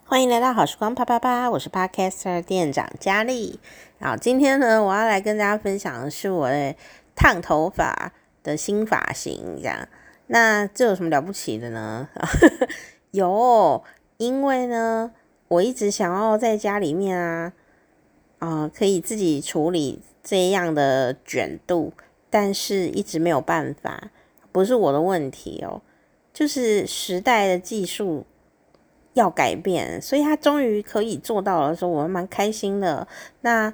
欢迎来到好时光啪啪啪，我是 Podcaster 店长佳丽。好，今天呢，我要来跟大家分享的是我的烫头发的新发型，这样。那这有什么了不起的呢？有，因为呢，我一直想要在家里面可以自己处理这样的卷度，但是一直没有办法，不是我的问题哦，就是时代的技术要改变，所以他终于可以做到的时候，我蛮开心的。那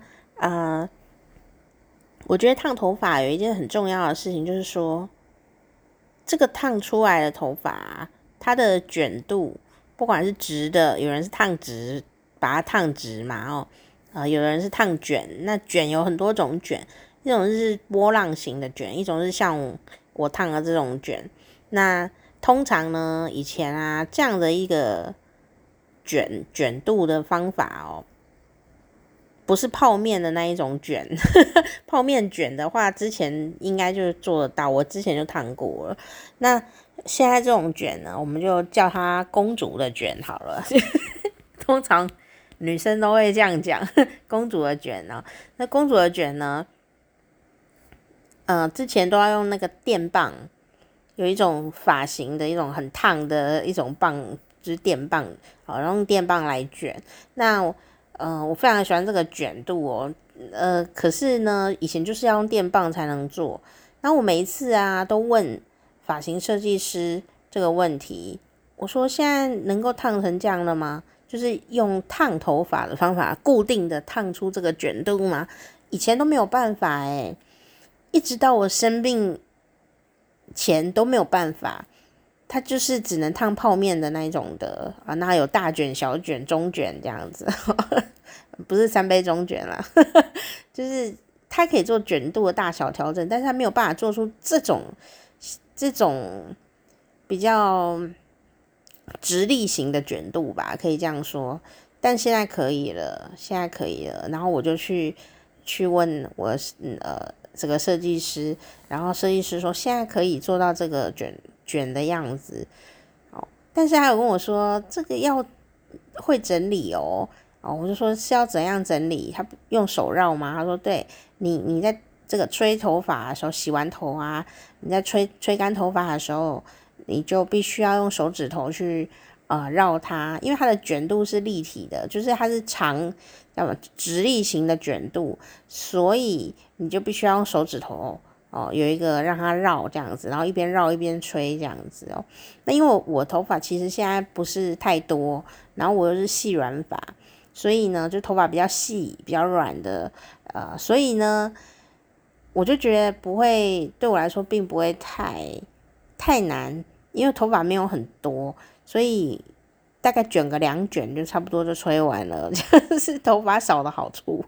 我觉得烫头发有一件很重要的事情，就是说这个烫出来的头发，它的卷度，不管是直的，有人是烫直，把它烫直嘛，有人是烫卷。那卷有很多种卷，一种是波浪形的卷，一种是像我烫的这种卷。那通常呢，以前这样的一个卷度的方法不是泡面的那一种卷。泡面卷的话，之前应该就是做得到，我之前就烫过了。那现在这种卷呢，我们就叫它公主的卷好了。通常女生都会这样讲，公主的卷呢。那公主的卷呢，之前都要用那个电棒，有一种发型的一种很烫的一种棒，就是电棒，然后用电棒来卷。那我非常喜欢这个卷度哦，可是呢，以前就是要用电棒才能做。那我每一次都问发型设计师这个问题，我说现在能够烫成这样了吗？就是用烫头发的方法固定的烫出这个卷度吗？以前都没有办法一直到我生病前都没有办法。它就是只能烫泡面的那一种的那有大卷、小卷、中卷这样子，不是三杯中卷啦，就是它可以做卷度的大小调整，但是它没有办法做出这种比较直立型的卷度吧，可以这样说。但现在可以了，然后我就去问我这个设计师，然后设计师说现在可以做到这个卷的样子，但是还有跟我说这个要会整理我就说是要怎样整理？他用手绕吗？他说对，你在这个吹头发的时候，洗完头你在吹干头发的时候，你就必须要用手指头去绕它，因为它的卷度是立体的，就是它是直立型的卷度，所以你就必须要用手指头有一个让它绕这样子，然后一边绕一边吹这样子那因为我头发其实现在不是太多，然后我又是细软发，所以呢就头发比较细比较软的所以呢我就觉得对我来说并不会太难，因为头发没有很多，所以大概卷个2卷就差不多就吹完了，就是头发少的好处。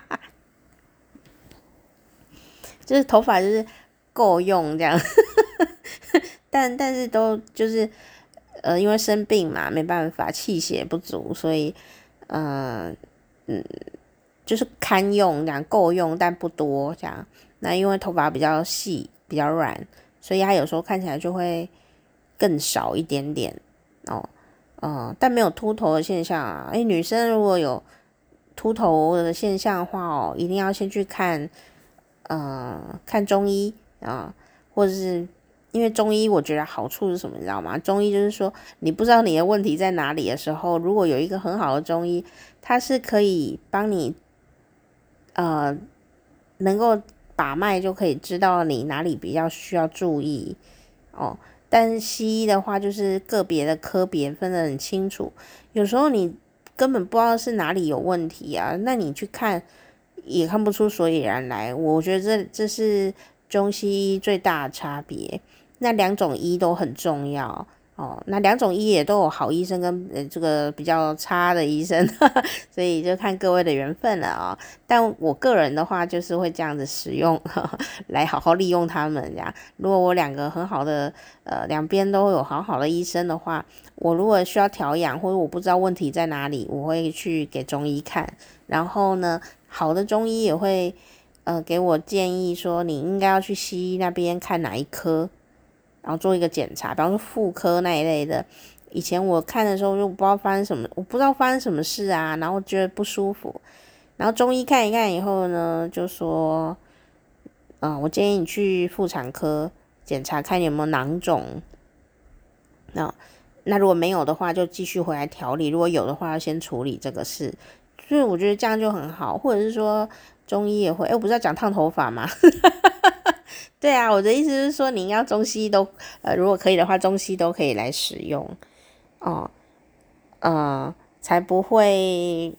就是头发就是够用这样。但是都就是因为生病嘛，没办法，气血不足，所以就是堪用这样，够用但不多这样。那因为头发比较细比较软，所以它有时候看起来就会更少一点点但没有秃头的现象女生如果有秃头的现象的话一定要先去看中医或者是因为中医我觉得好处是什么你知道吗？中医就是说你不知道你的问题在哪里的时候，如果有一个很好的中医，它是可以帮你能够把脉，就可以知道你哪里比较需要注意但是西医的话就是个别的科别分得很清楚，有时候你根本不知道是哪里有问题那你去看也看不出所以然来。我觉得这是中西医最大的差别。那两种医都很重要那两种医也都有好医生跟这个比较差的医生，所以就看各位的缘分了但我个人的话就是会这样子使用来好好利用他们这样。如果我两个很好的两边都有好好的医生的话，我如果需要调养或者我不知道问题在哪里，我会去给中医看。然后呢，好的中医也会给我建议说你应该要去西医那边看哪一科，然后做一个检查，比方说妇科那一类的以前我看的时候就不知道发生什么，我不知道发生什么事啊，然后觉得不舒服，然后中医看一看以后呢，就说，我建议你去妇产科检查看你有没有囊肿，那如果没有的话，就继续回来调理；如果有的话，要先处理这个事。所以我觉得这样就很好，或者是说中医也会。我不是要讲烫头发吗？对啊，我的意思是说，你要中西医都，如果可以的话，中西都可以来使用哦，才不会，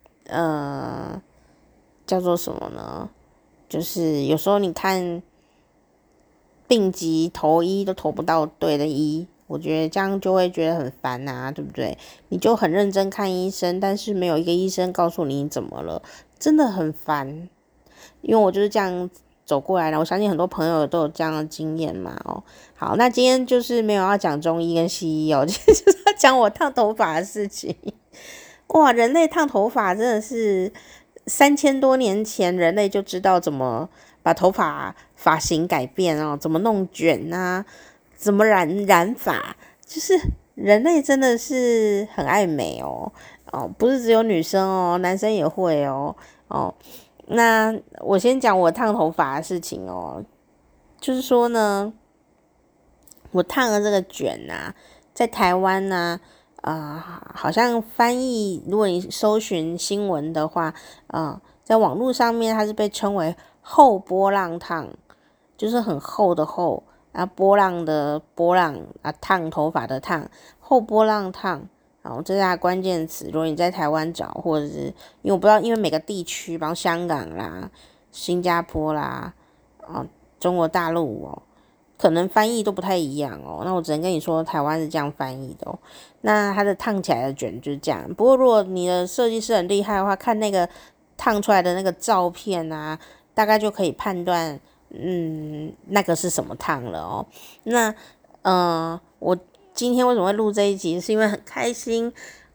叫做什么呢？就是有时候你看病急投医都投不到对的医，我觉得这样就会觉得很烦啊，对不对？你就很认真看医生，但是没有一个医生告诉你怎么了，真的很烦。因为我就是这样走过来的，我相信很多朋友都有这样的经验嘛。好，那今天就是没有要讲中医跟西医哦，就是要讲我烫头发的事情。哇，人类烫头发真的是3000多年前人类就知道怎么把发型改变哦，怎么弄卷啊，怎么染发，就是人类真的是很爱美哦。不是只有女生哦，男生也会哦。那我先讲我烫头发的事情哦，就是说呢，我烫的这个卷啊，在台湾呢、好像翻译，如果你搜寻新闻的话，在网络上面它是被称为后波浪烫，就是很厚的厚，波浪的波浪烫头发的烫，后波浪烫。这是它的关键词。如果你在台湾找，或者是因为我不知道，因为每个地区，比方香港啦、新加坡啦、中国大陆可能翻译都不太一样那我只能跟你说，台湾是这样翻译的那它的烫起来的卷就是这样。不过如果你的设计师很厉害的话，看那个烫出来的那个照片啊，大概就可以判断，那个是什么烫了那我今天为什么会录这一集，是因为很开心。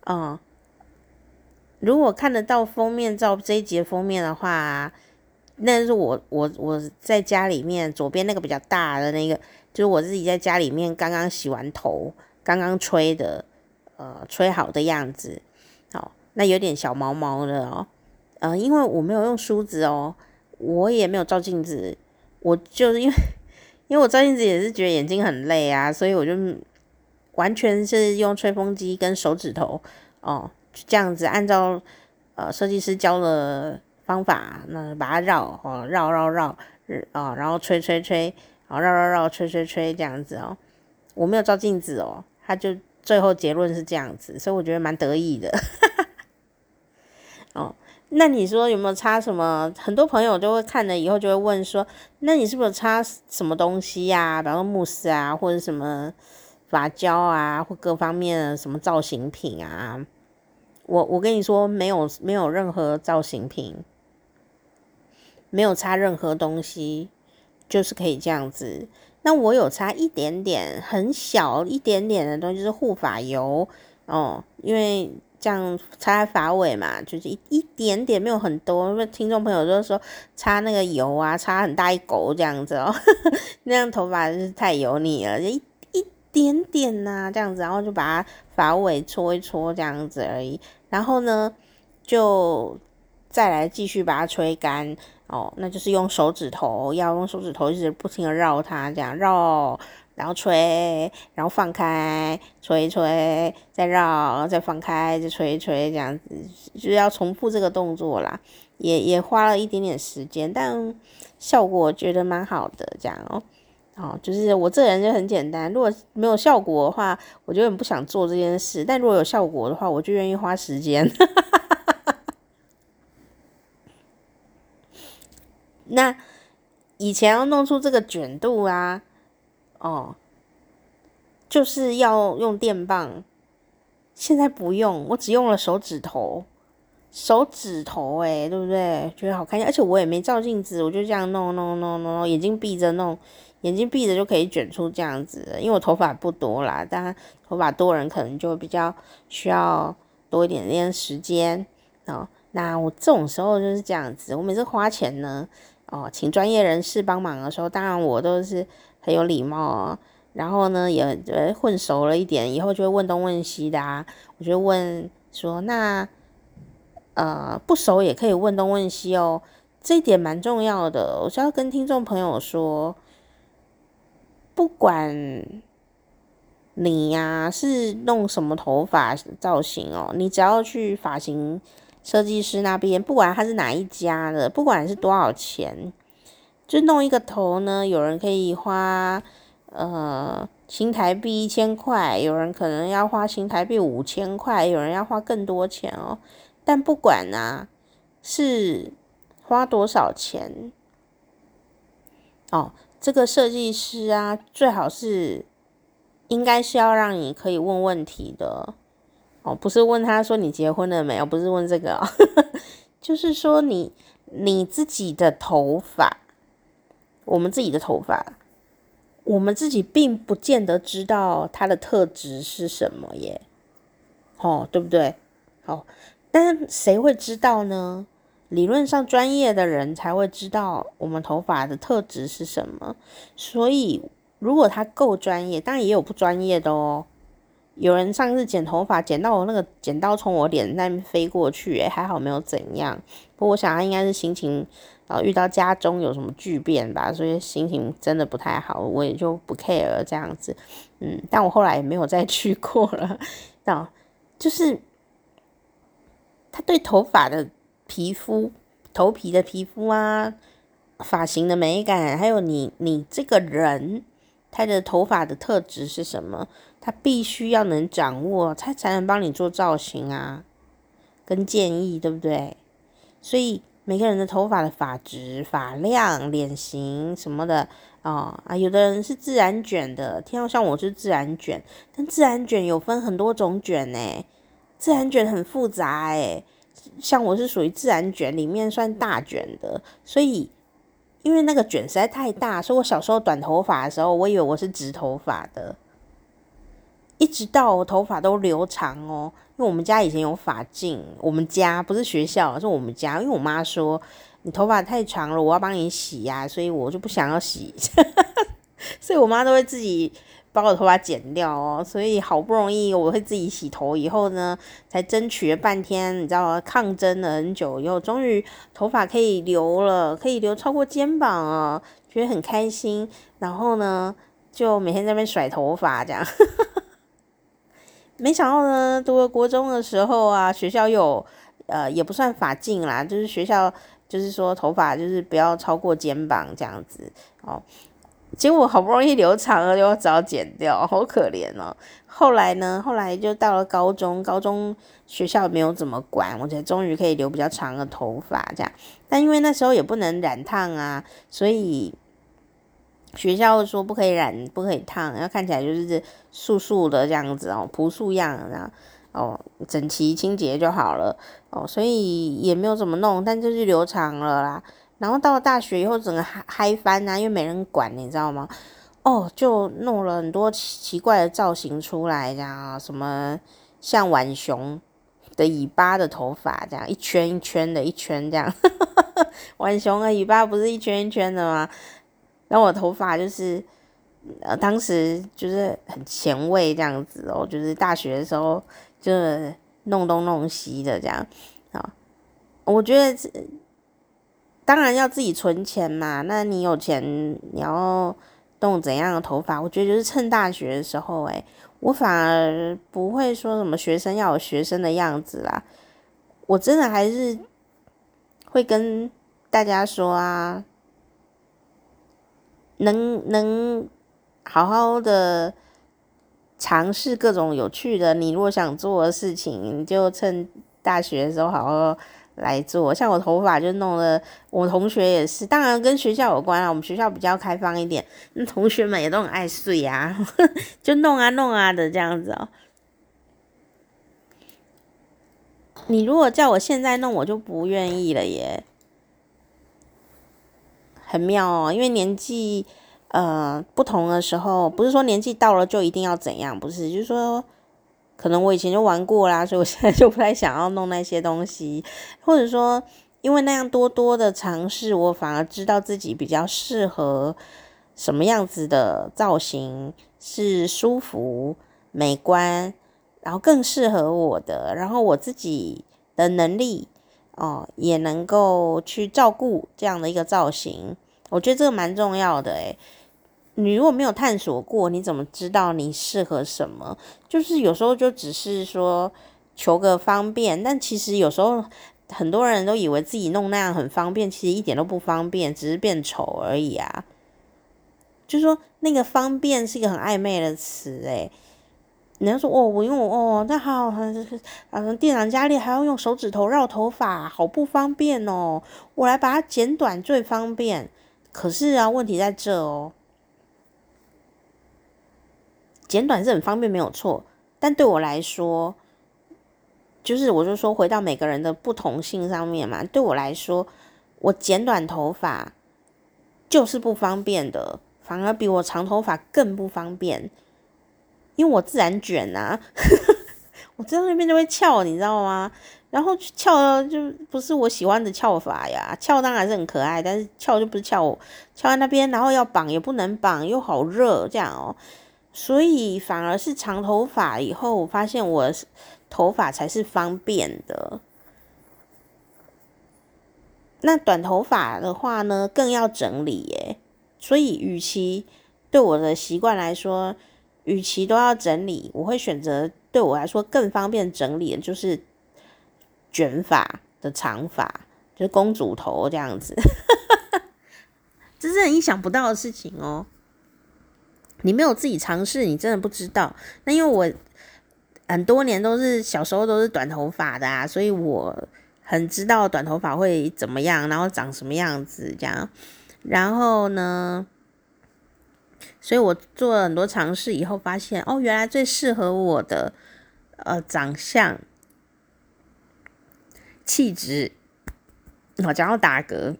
如果看得到封面照这一集的封面的话，那是我在家里面左边那个比较大的那个，就是我自己在家里面刚刚洗完头，刚刚吹的，吹好的样子。好，那有点小毛毛的因为我没有用梳子我也没有照镜子，我就是因为我照镜子也是觉得眼睛很累啊，所以我就完全是用吹风机跟手指头就这样子按照设计师教的方法，那把它绕然后吹吹吹，绕吹吹吹这样子我没有照镜子他就最后结论是这样子，所以我觉得蛮得意的那你说有没有擦什么？很多朋友就会看了以后就会问说，那你是不是有擦什么东西呀？比方说慕斯啊，或者什么发胶啊，或各方面的什么造型品啊？我跟你说，没有任何造型品，没有擦任何东西，就是可以这样子。那我有擦一点点，很小一点点的东西，就是护发油因为这样擦发尾嘛，就是一点点，没有很多。因为听众朋友都说擦那个油啊，擦很大一狗这样子那样头发就是太油腻了，就一点点这样子，然后就把它发尾搓一搓这样子而已。然后呢，就再来继续把它吹干那就是用手指头，要用手指头一直不停的绕它，这样绕，然后吹，然后放开，吹一吹，再绕，再放开，再吹一吹，这样子就是要重复这个动作啦。也花了一点点时间，但效果我觉得蛮好的，这样就是我这人就很简单，如果没有效果的话，我就很不想做这件事；但如果有效果的话，我就愿意花时间。那以前要弄出这个卷度就是要用电棒，现在不用，我只用了手指头，对不对？觉得好看而且我也没照镜子，我就这样弄，眼睛闭着弄，眼睛闭着就可以卷出这样子因为我头发不多啦，但头发多人可能就比较需要多一点点时间那我这种时候就是这样子，我每次花钱呢请专业人士帮忙的时候，当然我都是很有礼貌然后呢也混熟了一点，以后就会问东问西的啊。我就问说，那不熟也可以问东问西哦，这一点蛮重要的。我是要跟听众朋友说，不管你呀是弄什么头发造型哦，你只要去发型设计师那边，不管他是哪一家的，不管是多少钱，就弄一个头呢，有人可以花新台币1000块，有人可能要花新台币5000块，有人要花更多钱哦。但不管啊是花多少钱哦，这个设计师啊，最好是应该是要让你可以问问题的哦，不是问他说你结婚了没有，不是问这个哦，就是说你自己的头发，我们自己的头发，我们自己并不见得知道它的特质是什么耶，哦，对不对？好，但谁会知道呢？理论上专业的人才会知道我们头发的特质是什么。所以如果他够专业，当然也有不专业的哦。有人上次剪头发剪到我那个剪刀从我脸那边飞过去，还好没有怎样。不过我想他应该是心情遇到家中有什么巨变吧，所以心情真的不太好，我也就不 care 了这样子。但我后来也没有再去过了。就是他对头发的皮肤、头皮的皮肤啊、发型的美感，还有你这个人他的头发的特质是什么，他必须要能掌握，他才能帮你做造型啊，跟建议，对不对？所以每个人的头发的发质、发量、脸型什么的有的人是自然卷的，像我是自然卷，但自然卷有分很多种卷呢，自然卷很复杂诶，像我是属于自然卷里面算大卷的，所以因为那个卷实在太大，所以我小时候短头发的时候，我以为我是直头发的，一直到我头发都留长哦。因为我们家以前有发镜，我们家不是学校，是我们家。因为我妈说你头发太长了，我要帮你洗呀，所以我就不想要洗，所以我妈都会自己把我头发剪掉哦。所以好不容易我会自己洗头以后呢，才争取了半天，你知道吗？抗争了很久以后，终于头发可以留了，可以留超过肩膀了，觉得很开心。然后呢，就每天在那边甩头发这样。没想到呢，读了国中的时候啊，学校有也不算发禁啦，就是学校就是说头发就是不要超过肩膀这样子哦。结果好不容易留长了，又只好剪掉，好可怜哦。后来呢，后来就到了高中，高中学校没有怎么管，我才终于可以留比较长的头发这样。但因为那时候也不能染烫啊，所以学校说不可以染，不可以烫，要看起来就是素素的这样子哦，朴素样，然后整齐清洁就好了哦，所以也没有怎么弄，但就是留长了啦。然后到了大学以后，整个嗨翻啊，因为没人管，你知道吗？就弄了很多奇怪的造型出来，这样什么像浣熊的尾巴的头发，这样一圈一圈的，一圈这样。浣熊的尾巴不是一圈一圈的吗？然后我头发就是当时就是很前卫这样子哦，就是大学的时候就是弄东弄西的这样啊。我觉得当然要自己存钱嘛，那你有钱你要弄怎样的头发？我觉得就是趁大学的时候，我反而不会说什么学生要有学生的样子啦，我真的还是会跟大家说啊，能好好的尝试各种有趣的，你如果想做的事情，你就趁大学的时候好好来做。像我头发就弄了，我同学也是，当然跟学校有关啊，我们学校比较开放一点，那同学们也都很爱睡啊，就弄啊弄啊的这样子哦。你如果叫我现在弄，我就不愿意了耶，很妙哦，因为年纪不同的时候，不是说年纪到了就一定要怎样，不是，就是说可能我以前就玩过啦，所以我现在就不太想要弄那些东西，或者说因为那样多多的尝试，我反而知道自己比较适合什么样子的造型， 是舒服、美观，然后更适合我的，然后我自己的能力也能够去照顾这样的一个造型，我觉得这个蛮重要的诶。你如果没有探索过，你怎么知道你适合什么？就是有时候就只是说求个方便，但其实有时候很多人都以为自己弄那样很方便，其实一点都不方便，只是变丑而已啊。就是说那个方便是一个很暧昧的词诶。你要说我用那好，店长家里还要用手指头绕头发，好不方便哦。我来把它剪短最方便。可是啊，问题在这哦。剪短是很方便没有错，但对我来说，我就说回到每个人的不同性上面嘛。对我来说，我剪短头发就是不方便的，反而比我长头发更不方便，因为我自然卷啊，我在那边就会翘，你知道吗？然后翘了就不是我喜欢的翘法呀，翘当然是很可爱，但是翘就不是翘在那边，然后要绑也不能绑，又好热这样哦。所以反而是长头发以后，我发现我头发才是方便的。那短头发的话呢，更要整理耶。所以，与其对我的习惯来说，与其都要整理，我会选择对我来说更方便整理的，就是卷发的长发，就是公主头这样子。这是很意想不到的事情哦。你没有自己尝试，你真的不知道。那因为我很多年都是小时候都是短头发的啊，所以我很知道短头发会怎么样，然后长什么样子这样。然后呢，所以我做了很多尝试以后，发现原来最适合我的长相、气质，讲到打嗝，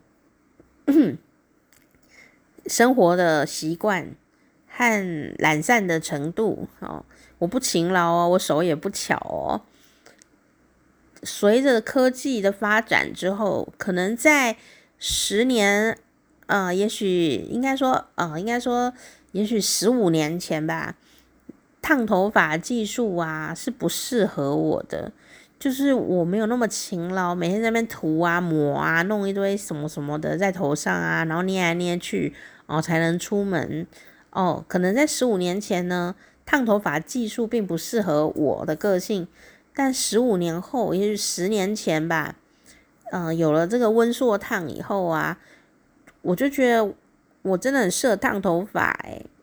生活的习惯和懒散的程度我不勤劳哦，我手也不巧哦。随着科技的发展之后，可能在10年，也许应该说，也许15年前吧，烫头发技术啊是不适合我的，就是我没有那么勤劳，每天在那边涂啊、抹啊，弄一堆什么什么的在头上啊，然后捏来捏去，才能出门。可能在15年前呢，烫头发技术并不适合我的个性，但15年后，也许10年前吧，有了这个温硕烫以后啊，我就觉得我真的很适合烫头发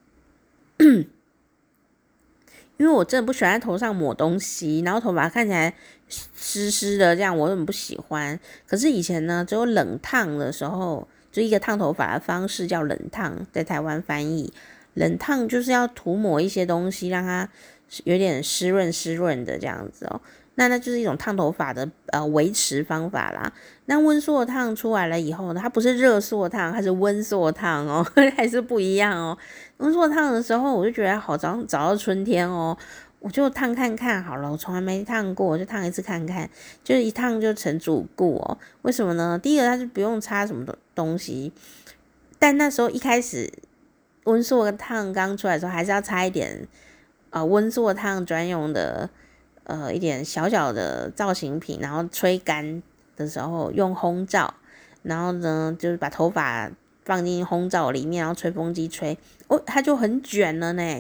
因为我真的不喜欢在头上抹东西，然后头发看起来湿湿的，这样我很不喜欢。可是以前呢，只有冷烫的时候，就一个烫头发的方式叫冷烫，在台湾翻译冷烫就是要涂抹一些东西，让它有点湿润的这样子哦。那就是一种烫头发的维持方法啦。那温缩烫出来了以后呢，它不是热缩烫，它是温缩烫哦，还是不一样哦。温缩烫的时候，我就觉得好早到春天哦，我就烫看看好了，我从来没烫过，我就烫一次看看，就是一烫就成主顾哦。为什么呢？第一个它是不用擦什么东西，但那时候一开始温缩烫刚出来的时候，还是要擦一点温缩烫专用的一点小小的造型品，然后吹干的时候用烘罩，然后呢就是把头发放进烘罩里面，然后吹风机吹，它就很卷了呢，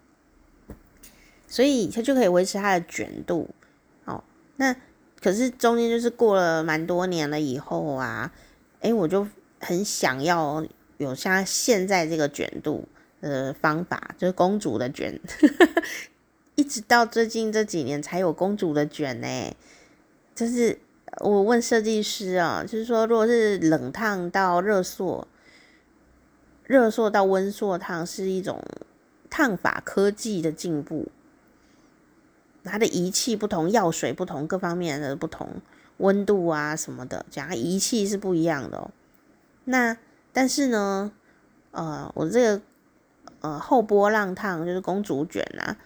所以它就可以维持它的卷度。那可是中间就是过了蛮多年了以后啊，我就很想要有像现在这个卷度的方法，就是公主的卷，一直到最近这几年才有公主的卷呢。就是我问设计师啊，就是说如果是冷烫到热缩到温缩烫是一种烫发科技的进步，它的仪器不同，药水不同，各方面的不同，温度啊什么的，讲仪器是不一样的哦。那但是呢，我这个后波浪烫就是公主卷啊，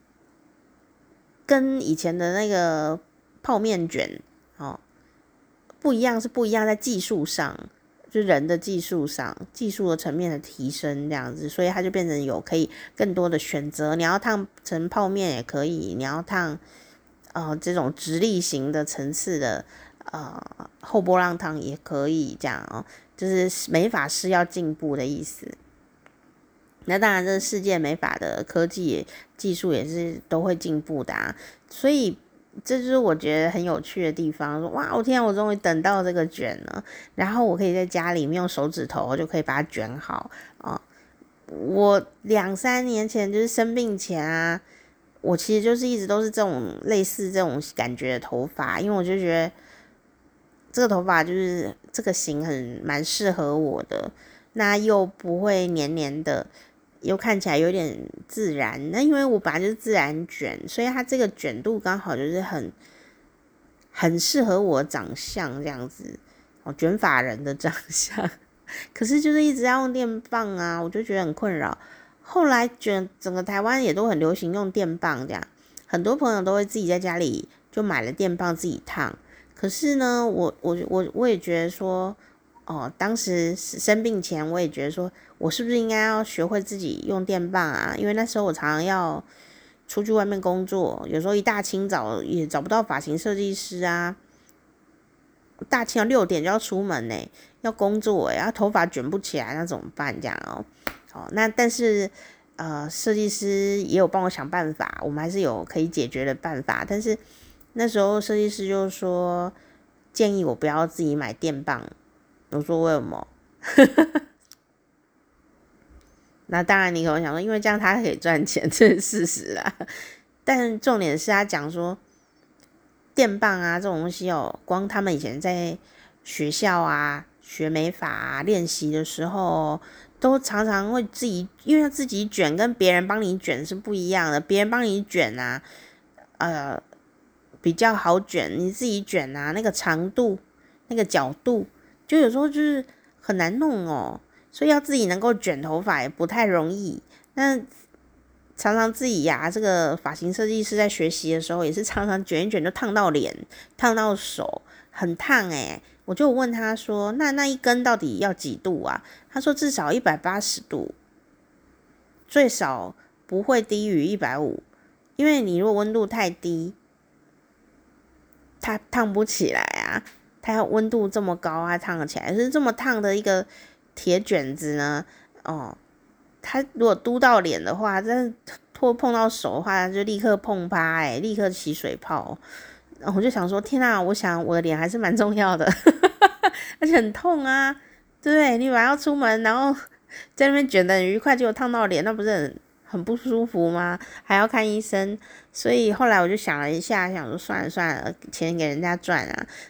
跟以前的那个泡面卷不一样，是不一样在技术上， 就人的技术的层面的提升这样子，所以它就变成有可以更多的选择。你要烫成泡面也可以，你要烫这种直立型的层次的后波浪烫也可以，这样就是美发师要进步的意思。那当然，这世界美发的科技技术也是都会进步的所以这就是我觉得很有趣的地方。说哇，我天啊，我终于等到这个卷了，然后我可以在家里面用手指头就可以把它卷好我2-3年前就是生病前我其实就是一直都是这种类似这种感觉的头发，因为我就觉得这个头发就是这个型蛮适合我的，那又不会黏黏的，又看起来有点自然。那因为我本来就是自然卷，所以它这个卷度刚好就是很适合我的长相这样子卷发人的长相。可是就是一直要用电棒我就觉得很困扰。后来整个台湾也都很流行用电棒这样，很多朋友都会自己在家里就买了电棒自己烫。可是呢，我也觉得说当时生病前我也觉得说我是不是应该要学会自己用电棒因为那时候我常常要出去外面工作，有时候一大清早也找不到发型设计师大清早6点就要出门要工作然后头发卷不起来，那怎么办这样那但是设计师也有帮我想办法，我们还是有可以解决的办法。但是那时候设计师就说建议我不要自己买电棒，我说为什么？那当然你可能想说因为这样他可以赚钱，这是事实但重点是他讲说电棒这种东西光他们以前在学校学美发练习的时候都常常会自己，因为他自己卷跟别人帮你卷是不一样的，别人帮你卷比较好卷，你自己卷那个长度那个角度就有时候就是很难弄所以要自己能够卷头发也不太容易。那常常自己这个发型设计师在学习的时候也是常常卷一卷就烫到脸烫到手，很烫我就问他说那一根到底要几度他说至少180度，最少不会低于150，因为你如果温度太低它烫不起来它要温度这么高它烫得起来。是这么烫的一个铁卷子呢它如果嘟到脸的话，真的碰到手的话就立刻碰趴立刻起水泡。我就想说天我想我的脸还是蛮重要的而且很痛对，你本来要出门然后在那边卷得很愉快，结果烫到脸，那不是很不舒服吗？还要看医生。所以后来我就想了一下，想说算了，钱给人家赚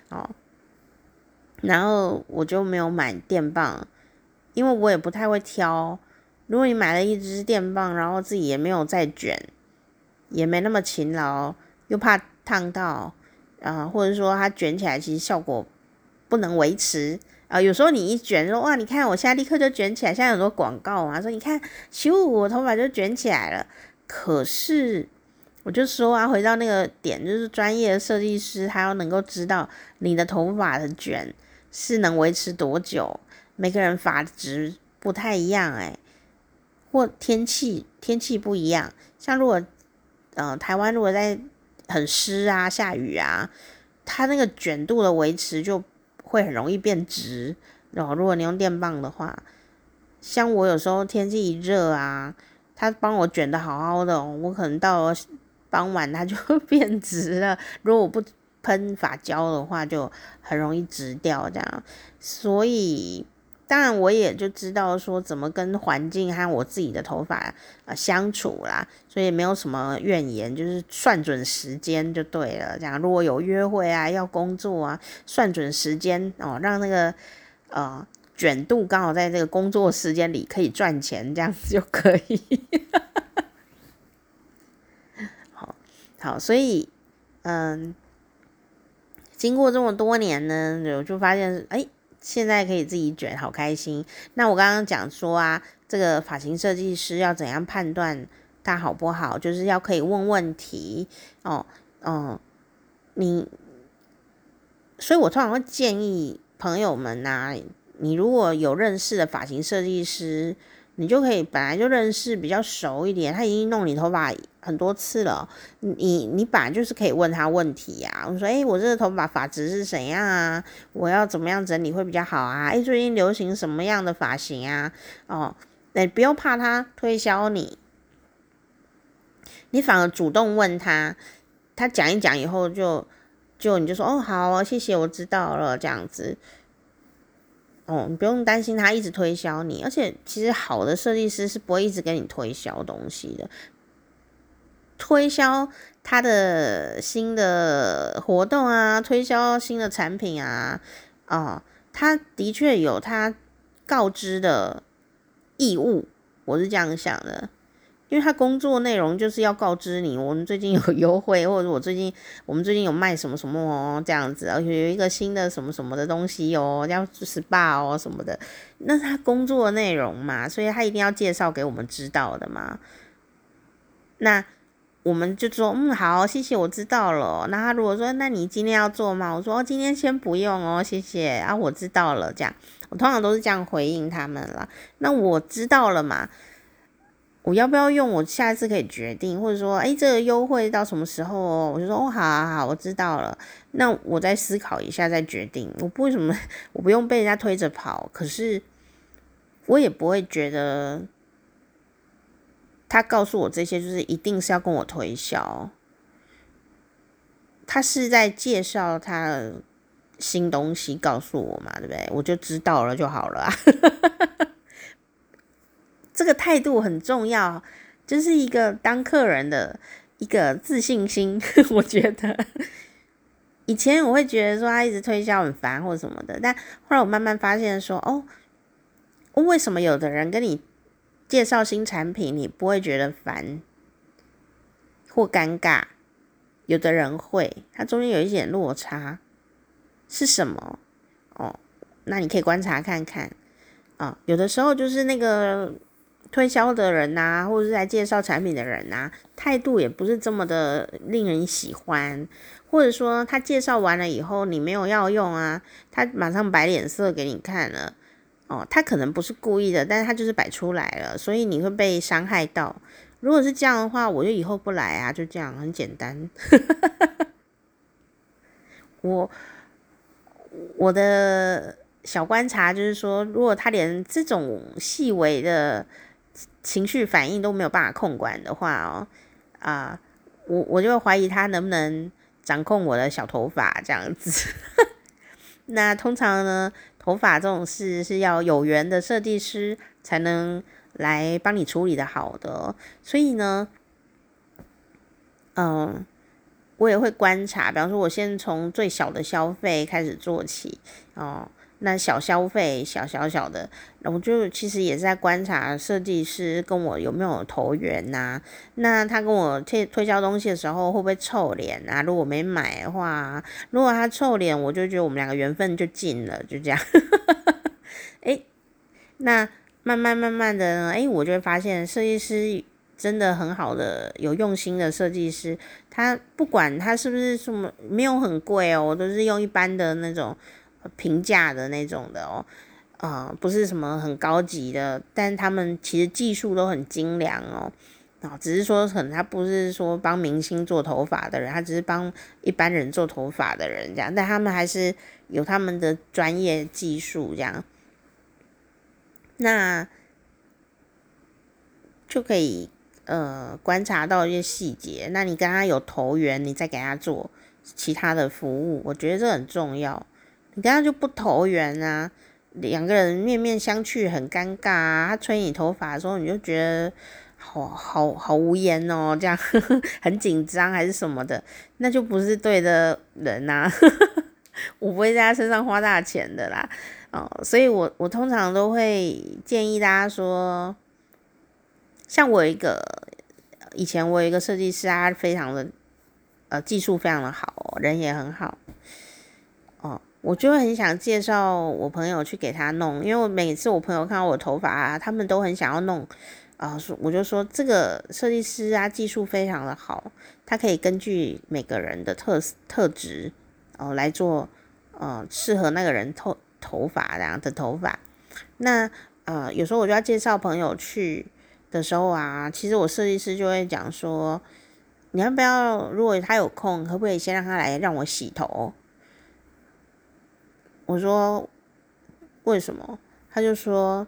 然后我就没有买电棒，因为我也不太会挑。如果你买了一支电棒，然后自己也没有再卷，也没那么勤劳，又怕烫到或者说它卷起来其实效果不能维持有时候你一卷说哇，你看我现在立刻就卷起来，现在很多广告说你看咻我头发就卷起来了。可是我就说回到那个点，就是专业的设计师他要能够知道你的头发的卷是能维持多久，每个人发质不太一样或天气不一样。像如果台湾如果在很湿下雨它那个卷度的维持就会很容易变直如果你用电棒的话，像我有时候天气一热它帮我卷得好好的我可能到了傍晚它就会变直了，如果我不喷发胶的话就很容易直掉这样。所以当然我也就知道说怎么跟环境和我自己的头发相处啦，所以没有什么怨言，就是算准时间就对了这样。如果有约会要工作算准时间让那个卷度刚好在这个工作时间里可以赚钱，这样子就可以好，所以经过这么多年呢，我就发现现在可以自己卷，好开心。那我刚刚讲说这个发型设计师要怎样判断它好不好，就是要可以问问题所以我通常会建议朋友们你如果有认识的发型设计师，你就可以本来就认识比较熟一点，他已经弄你头发很多次了，你本来就是可以问他问题啊。我说，我这个头发发质是怎样啊？我要怎么样整理会比较好啊？最近流行什么样的发型啊？你不用怕他推销你，你反而主动问他，他讲一讲以后你就说好，谢谢，我知道了，这样子。你不用担心他一直推销你，而且其实好的设计师是不会一直给你推销东西的，推销他的新的活动啊，推销新的产品啊，他的确有他告知的义务，我是这样想的。因为他工作内容就是要告知你，我们最近有优惠，或者我们最近有卖什么什么哦，这样子，而且有一个新的什么什么的东西哦，叫 SPA 哦什么的，那是他工作内容嘛，所以他一定要介绍给我们知道的嘛。那我们就说好，谢谢，我知道了。那他如果说那你今天要做吗？我说今天先不用哦，谢谢啊，我知道了。这样我通常都是这样回应他们啦。那我知道了嘛。我要不要用？我下一次可以决定，或者说，这个优惠到什么时候哦？我就说，好，我知道了。那我再思考一下再决定。我不为什么我不用被人家推着跑？可是我也不会觉得他告诉我这些就是一定是要跟我推销。他是在介绍他的新东西告诉我嘛，对不对？我就知道了就好了啊。这个态度很重要，就是一个当客人的一个自信心。我觉得以前我会觉得说他一直推销很烦或什么的，但后来我慢慢发现说，为什么有的人跟你介绍新产品你不会觉得烦或尴尬，有的人会，它中间有一点落差是什么？那你可以观察看看有的时候就是那个推销的人啊，或者是来介绍产品的人啊，态度也不是这么的令人喜欢，或者说他介绍完了以后你没有要用啊，他马上摆脸色给你看了他可能不是故意的，但是他就是摆出来了，所以你会被伤害到。如果是这样的话，我就以后不来啊，就这样，很简单。我的小观察就是说，如果他连这种细微的情绪反应都没有办法控管的话我就会怀疑他能不能掌控我的小头发这样子。那通常呢，头发这种事是要有缘的设计师才能来帮你处理的好的，所以呢，我也会观察，比方说我先从最小的消费开始做起那小消费小的，然后就其实也是在观察设计师跟我有没有投缘啊，那他跟我推销东西的时候会不会臭脸啊？如果没买的话，如果他臭脸，我就觉得我们两个缘分就尽了，就这样。那慢慢的呢，我就会发现设计师真的很好的有用心的设计师，他不管他是不是什么没有很贵我都是用一般的那种平价的那种的不是什么很高级的，但他们其实技术都很精良只是说可能他不是说帮明星做头发的人，他只是帮一般人做头发的人这样，但他们还是有他们的专业技术这样，那就可以观察到一些细节。那你跟他有投缘，你再给他做其他的服务，我觉得这很重要。你跟他就不投缘啊，两个人面面相觑很尴尬啊。他吹你头发的时候，你就觉得好无言哦，这样很紧张还是什么的，那就不是对的人啊。我不会在他身上花大钱的啦所以我通常都会建议大家说，像以前我有一个设计师他非常的技术非常的好人也很好我就很想介绍我朋友去给他弄，因为我每次我朋友看到我的头发他们都很想要弄我就说这个设计师技术非常的好，他可以根据每个人的特质来做适合那个人头发这样的头发。那有时候我就要介绍朋友去的时候啊，其实我设计师就会讲说，你要不要，如果他有空，可不可以先让他来让我洗头？我说为什么？他就说，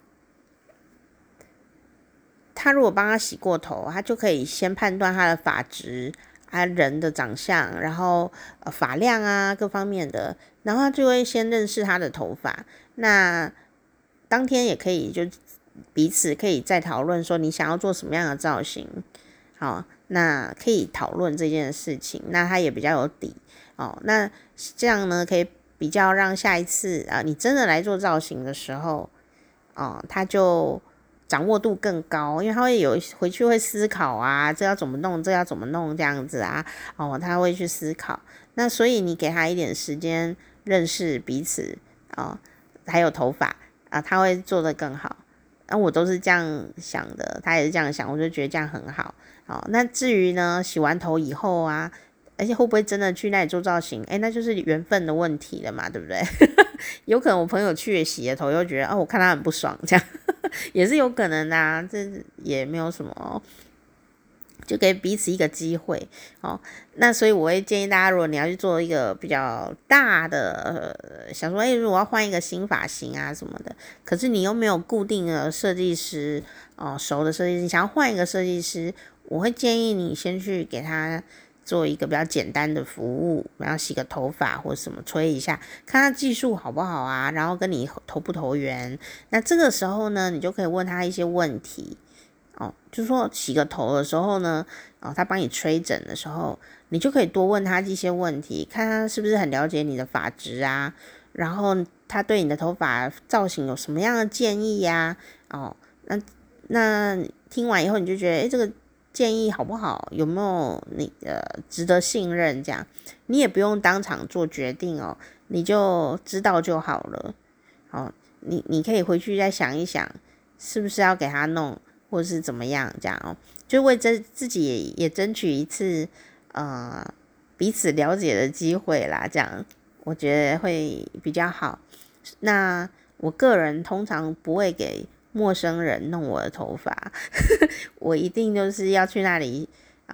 他如果帮他洗过头，他就可以先判断他的发质啊、人的长相，然后发量啊各方面的，然后他就会先认识他的头发。那当天也可以就彼此可以再讨论说你想要做什么样的造型，好，那可以讨论这件事情，那他也比较有底哦。那这样呢，可以比较让下一次你真的来做造型的时候，他就掌握度更高，因为他会回去会思考啊，这要怎么弄，这要怎么弄这样子啊，他会去思考。那所以你给他一点时间认识彼此还有头发他会做得更好。我都是这样想的，他也是这样想，我就觉得这样很好。那至于呢，洗完头以后啊，而且会不会真的去那里做造型？那就是缘分的问题了嘛，对不对？有可能我朋友去洗了头，又觉得我看他很不爽，这样也是有可能的啊，这也没有什么。就给彼此一个机会那所以我会建议大家，如果你要去做一个比较大的想说如果要换一个新发型啊什么的，可是你又没有固定的设计师熟的设计师，你想要换一个设计师，我会建议你先去给他做一个比较简单的服务，然后洗个头发或什么吹一下，看他技术好不好啊，然后跟你投不投缘。那这个时候呢，你就可以问他一些问题就是说洗个头的时候呢他帮你吹整的时候，你就可以多问他一些问题，看他是不是很了解你的发质啊，然后他对你的头发造型有什么样的建议呀那听完以后你就觉得这个建议好不好，有没有你值得信任，这样你也不用当场做决定你就知道就好了你可以回去再想一想，是不是要给他弄或是怎么样这样就为自己也争取一次彼此了解的机会啦，这样我觉得会比较好。那我个人通常不会给陌生人弄我的头发我一定就是要去那里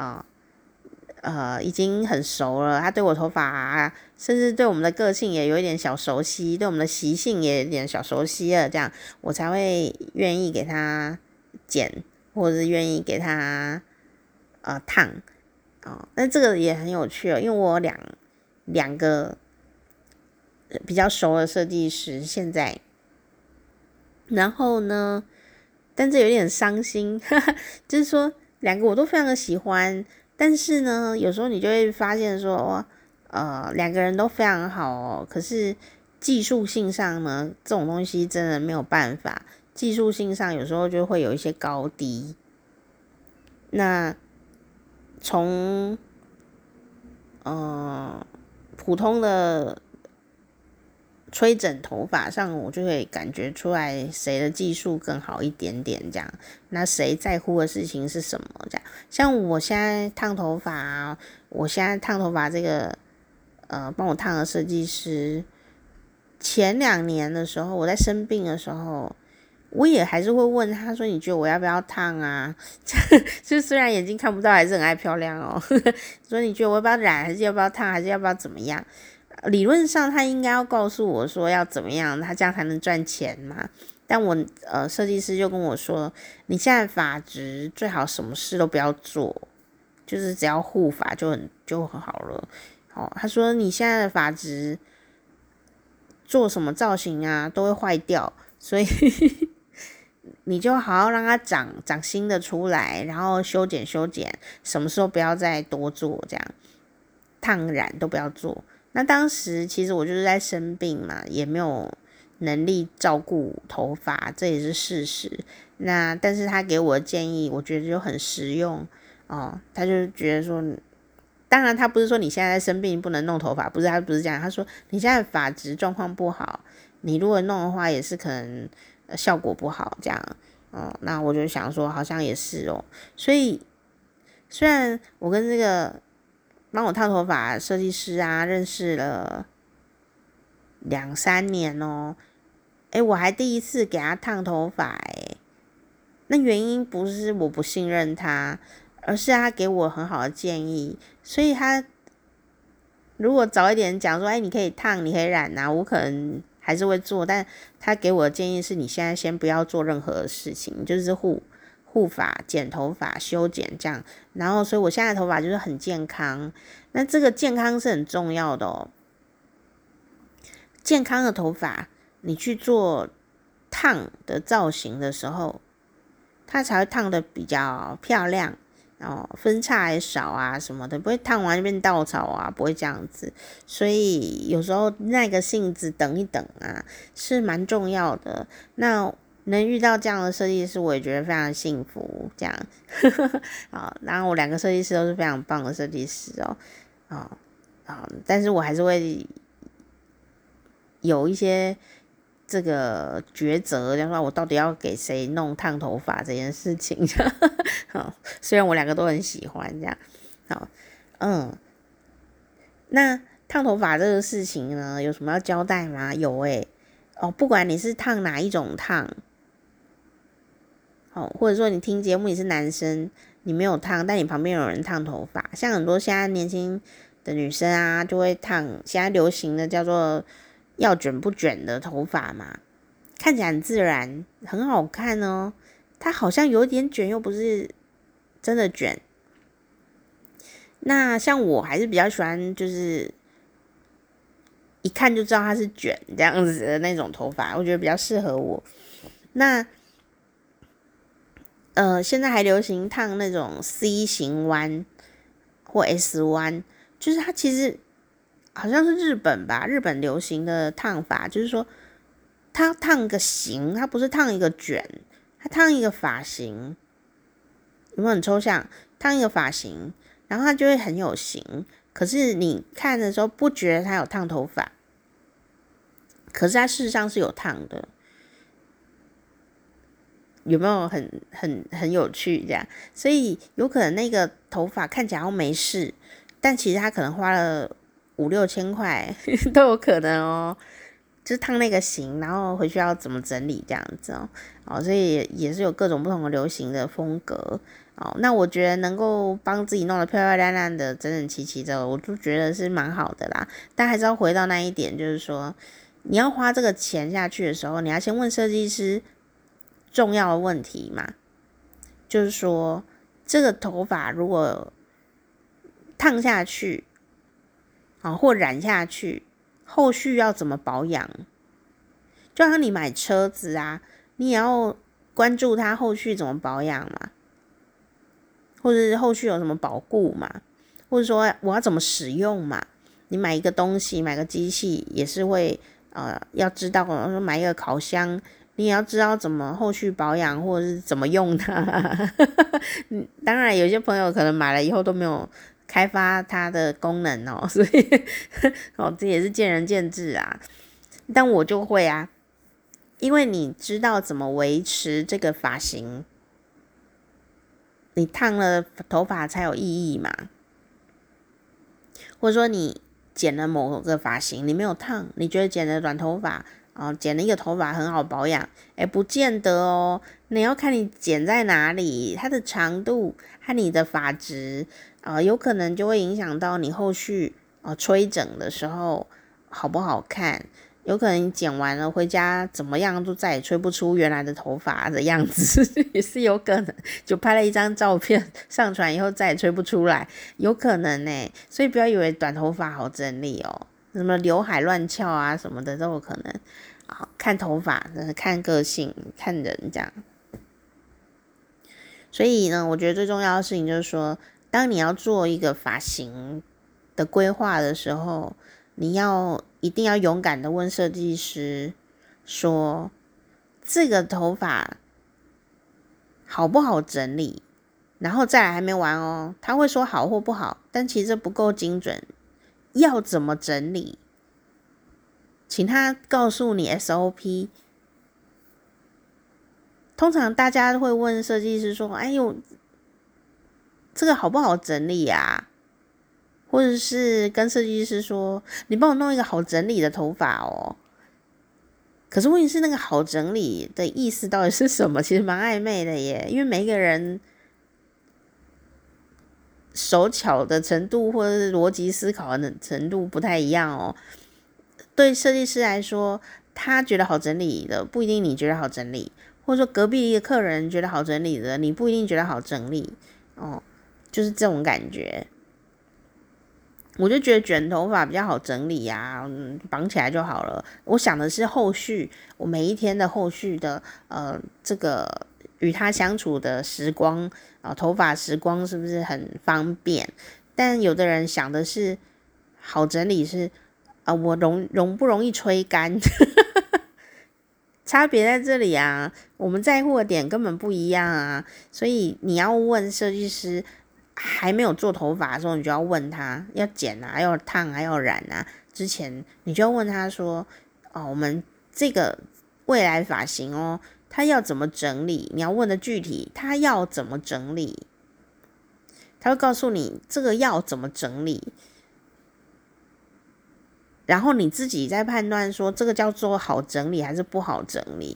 已经很熟了，他对我头发甚至对我们的个性也有一点小熟悉，对我们的习性也有一点小熟悉了，这样我才会愿意给他剪，或者是愿意给他烫那这个也很有趣因为我有两个比较熟的设计师现在，然后呢，但这有点伤心就是说两个我都非常的喜欢，但是呢，有时候你就会发现说两个人都非常好可是技术性上呢，这种东西真的没有办法，技术性上有时候就会有一些高低。那从普通的吹整头发上，我就会感觉出来谁的技术更好一点点这样，那谁在乎的事情是什么这样。像我现在烫头发这个帮我烫的设计师，前2年的时候我在生病的时候，我也还是会问他说，你觉得我要不要烫啊就虽然眼睛看不到还是很爱漂亮所以你觉得我要不要染，还是要不要烫，还是要不要怎么样，理论上他应该要告诉我说要怎么样，他这样才能赚钱嘛。但我设计师就跟我说，你现在发质最好什么事都不要做，就是只要护发就好了他说你现在的发质做什么造型啊都会坏掉，所以你就好好让它长新的出来，然后修剪，什么时候不要再多做，这样烫染都不要做。那当时其实我就是在生病嘛，也没有能力照顾头发，这也是事实。那但是他给我的建议，我觉得就很实用他就觉得说，当然他不是说你现在生病不能弄头发，不是，他不是这样，他说你现在发质状况不好，你如果弄的话也是可能效果不好这样那我就想说好像也是所以虽然我跟这个帮我烫头发设计师认识了 2-3年哦。我还第一次给他烫头发那原因不是我不信任他，而是他给我很好的建议，所以他如果早一点讲说，你可以烫，你可以染啊，我可能还是会做。但他给我的建议是，你现在先不要做任何的事情，就是护发、剪头发、修剪这样。然后，所以我现在的头发就是很健康。那这个健康是很重要的哦。健康的头发，你去做烫的造型的时候，它才会烫的比较漂亮。分叉也少啊什么的，不会烫完就变稻草啊，不会这样子。所以有时候耐个性子等一等啊，是蛮重要的。那能遇到这样的设计师，我也觉得非常幸福。这样，然后我2个设计师都是非常棒的设计师哦。但是我还是会有一些这个抉择，就是说我到底要给谁弄烫头发这件事情。虽然我2个都很喜欢这样。那烫头发这个事情呢，有什么要交代吗？有不管你是烫哪一种烫，或者说你听节目你是男生，你没有烫，但你旁边有人烫头发，像很多现在年轻的女生啊，就会烫现在流行的叫做要卷不卷的头发嘛，看起来很自然，很好看哦。它好像有点卷，又不是真的卷。那像我还是比较喜欢，就是一看就知道它是卷这样子的那种头发，我觉得比较适合我。那现在还流行烫那种 C 型弯或 S 弯，就是它其实好像是日本流行的烫法，就是说它烫个型，它不是烫一个卷，它烫一个发型，有没有很抽象？烫一个发型，然后它就会很有型，可是你看的时候不觉得它有烫头发，可是它事实上是有烫的。有没有很有趣这样？所以有可能那个头发看起来好像没事，但其实他可能花了5-6千块都有可能哦。就是烫那个型，然后回去要怎么整理这样子所以也是有各种不同的流行的风格那我觉得能够帮自己弄得漂漂亮亮的、整整齐齐的，我就觉得是蛮好的啦。但还是要回到那一点，就是说你要花这个钱下去的时候，你要先问设计师重要的问题嘛，就是说这个头发如果烫下去或染下去，后续要怎么保养？就像你买车子啊，你也要关注它后续怎么保养嘛，或者是后续有什么保固嘛，或者说我要怎么使用嘛。你买一个东西，买个机器也是会要知道，说买一个烤箱，你也要知道怎么后续保养或者是怎么用它。当然有些朋友可能买了以后都没有开发它的功能所以这也是见仁见智啊。但我就会啊，因为你知道怎么维持这个发型，你烫了头发才有意义嘛。或者说你剪了某个发型，你没有烫，你觉得剪了短头发剪了一个头发很好保养，不见得哦。你要看你剪在哪里，它的长度和你的发质有可能就会影响到你后续吹整的时候好不好看。有可能你剪完了回家怎么样都再也吹不出原来的头发的样子也是有可能，就拍了一张照片上传以后再也吹不出来，有可能所以不要以为短头发好整理什么刘海乱翘啊什么的都有可能看头发真的看个性看人这样。所以呢，我觉得最重要的事情就是说，当你要做一个发型的规划的时候，你一定要勇敢的问设计师说，这个头发好不好整理，然后再来还没完他会说好或不好，但其实不够精准，要怎么整理，请他告诉你 SOP。 通常大家会问设计师说，哎呦，这个好不好整理啊？ 或者是跟设计师说，你帮我弄一个好整理的头发哦。可是问题是，那个好整理的意思到底是什么？其实蛮暧昧的耶，因为每一个人手巧的程度或者是逻辑思考的程度不太一样哦。对设计师来说，他觉得好整理的不一定你觉得好整理，或者说隔壁一个客人觉得好整理的，你不一定觉得好整理哦，就是这种感觉。我就觉得卷头发比较好整理啊，绑起来就好了。我想的是后续，我每一天的后续的这个与他相处的时光头发时光是不是很方便？但有的人想的是好整理是我容不容易吹干？差别在这里啊，我们在乎的点根本不一样啊，所以你要问设计师。还没有做头发的时候，你就要问他要剪啊，要烫啊，要染啊。之前你就要问他说：“我们这个未来发型哦，他要怎么整理？你要问的具体，他要怎么整理？他会告诉你这个要怎么整理，然后你自己再判断说这个叫做好整理还是不好整理，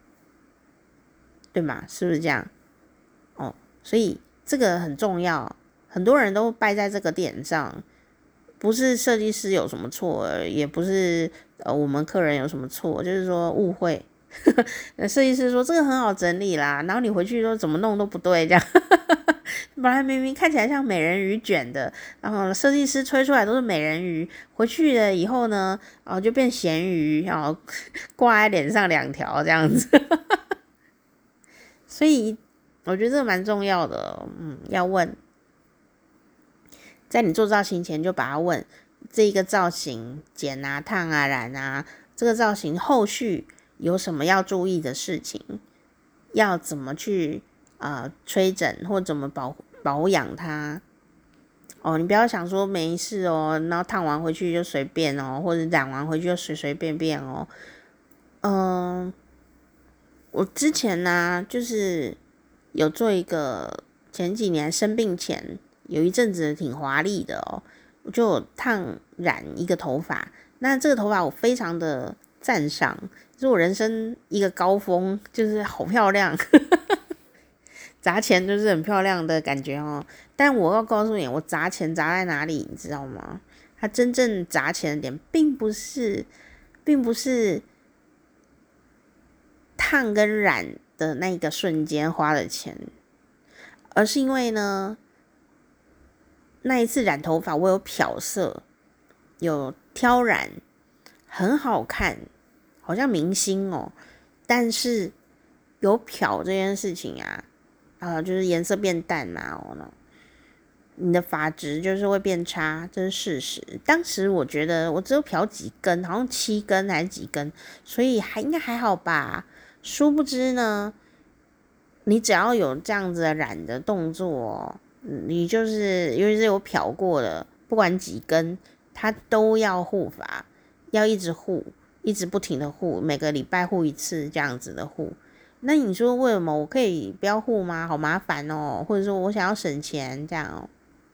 对吗？是不是这样？所以。这个很重要，很多人都败在这个点上，不是设计师有什么错，也不是我们客人有什么错，就是说误会。设计师说这个很好整理啦，然后你回去说怎么弄都不对，这样。本来明明看起来像美人鱼卷的，然后设计师吹出来都是美人鱼，回去了以后呢，就变咸鱼，然后挂在脸上2条这样子。所以。我觉得这个蛮重要的，要问，在你做造型前就把它问，这一个造型剪啊、烫啊、染啊，这个造型后续有什么要注意的事情，要怎么去吹整或怎么保养它。你不要想说没事哦，然后烫完回去就随便哦，或者染完回去就随随便便哦。我之前呢，就是有做一个前几年生病前有一阵子挺华丽的哦，我就有烫染一个头发，那这个头发我非常的赞赏，是我人生一个高峰，就是好漂亮。砸钱就是很漂亮的感觉哦，但我要告诉你，我砸钱砸在哪里，你知道吗？它真正砸钱的点并不是烫跟染的那个瞬间花的钱，而是因为呢，那一次染头发我有漂色，有挑染，很好看，好像明星哦。但是有漂这件事情啊，就是颜色变淡嘛，你的发质就是会变差，这是事实。当时我觉得我只有漂几根，好像7根还是几根，所以应该还好吧。殊不知呢，你只要有这样子的染的动作，你就是尤其是有漂过的，不管几根，它都要护发，要一直护，一直不停的护，每个礼拜护一次这样子的护。那你说为什么我可以不要护吗？好麻烦哦，或者说我想要省钱这样哦。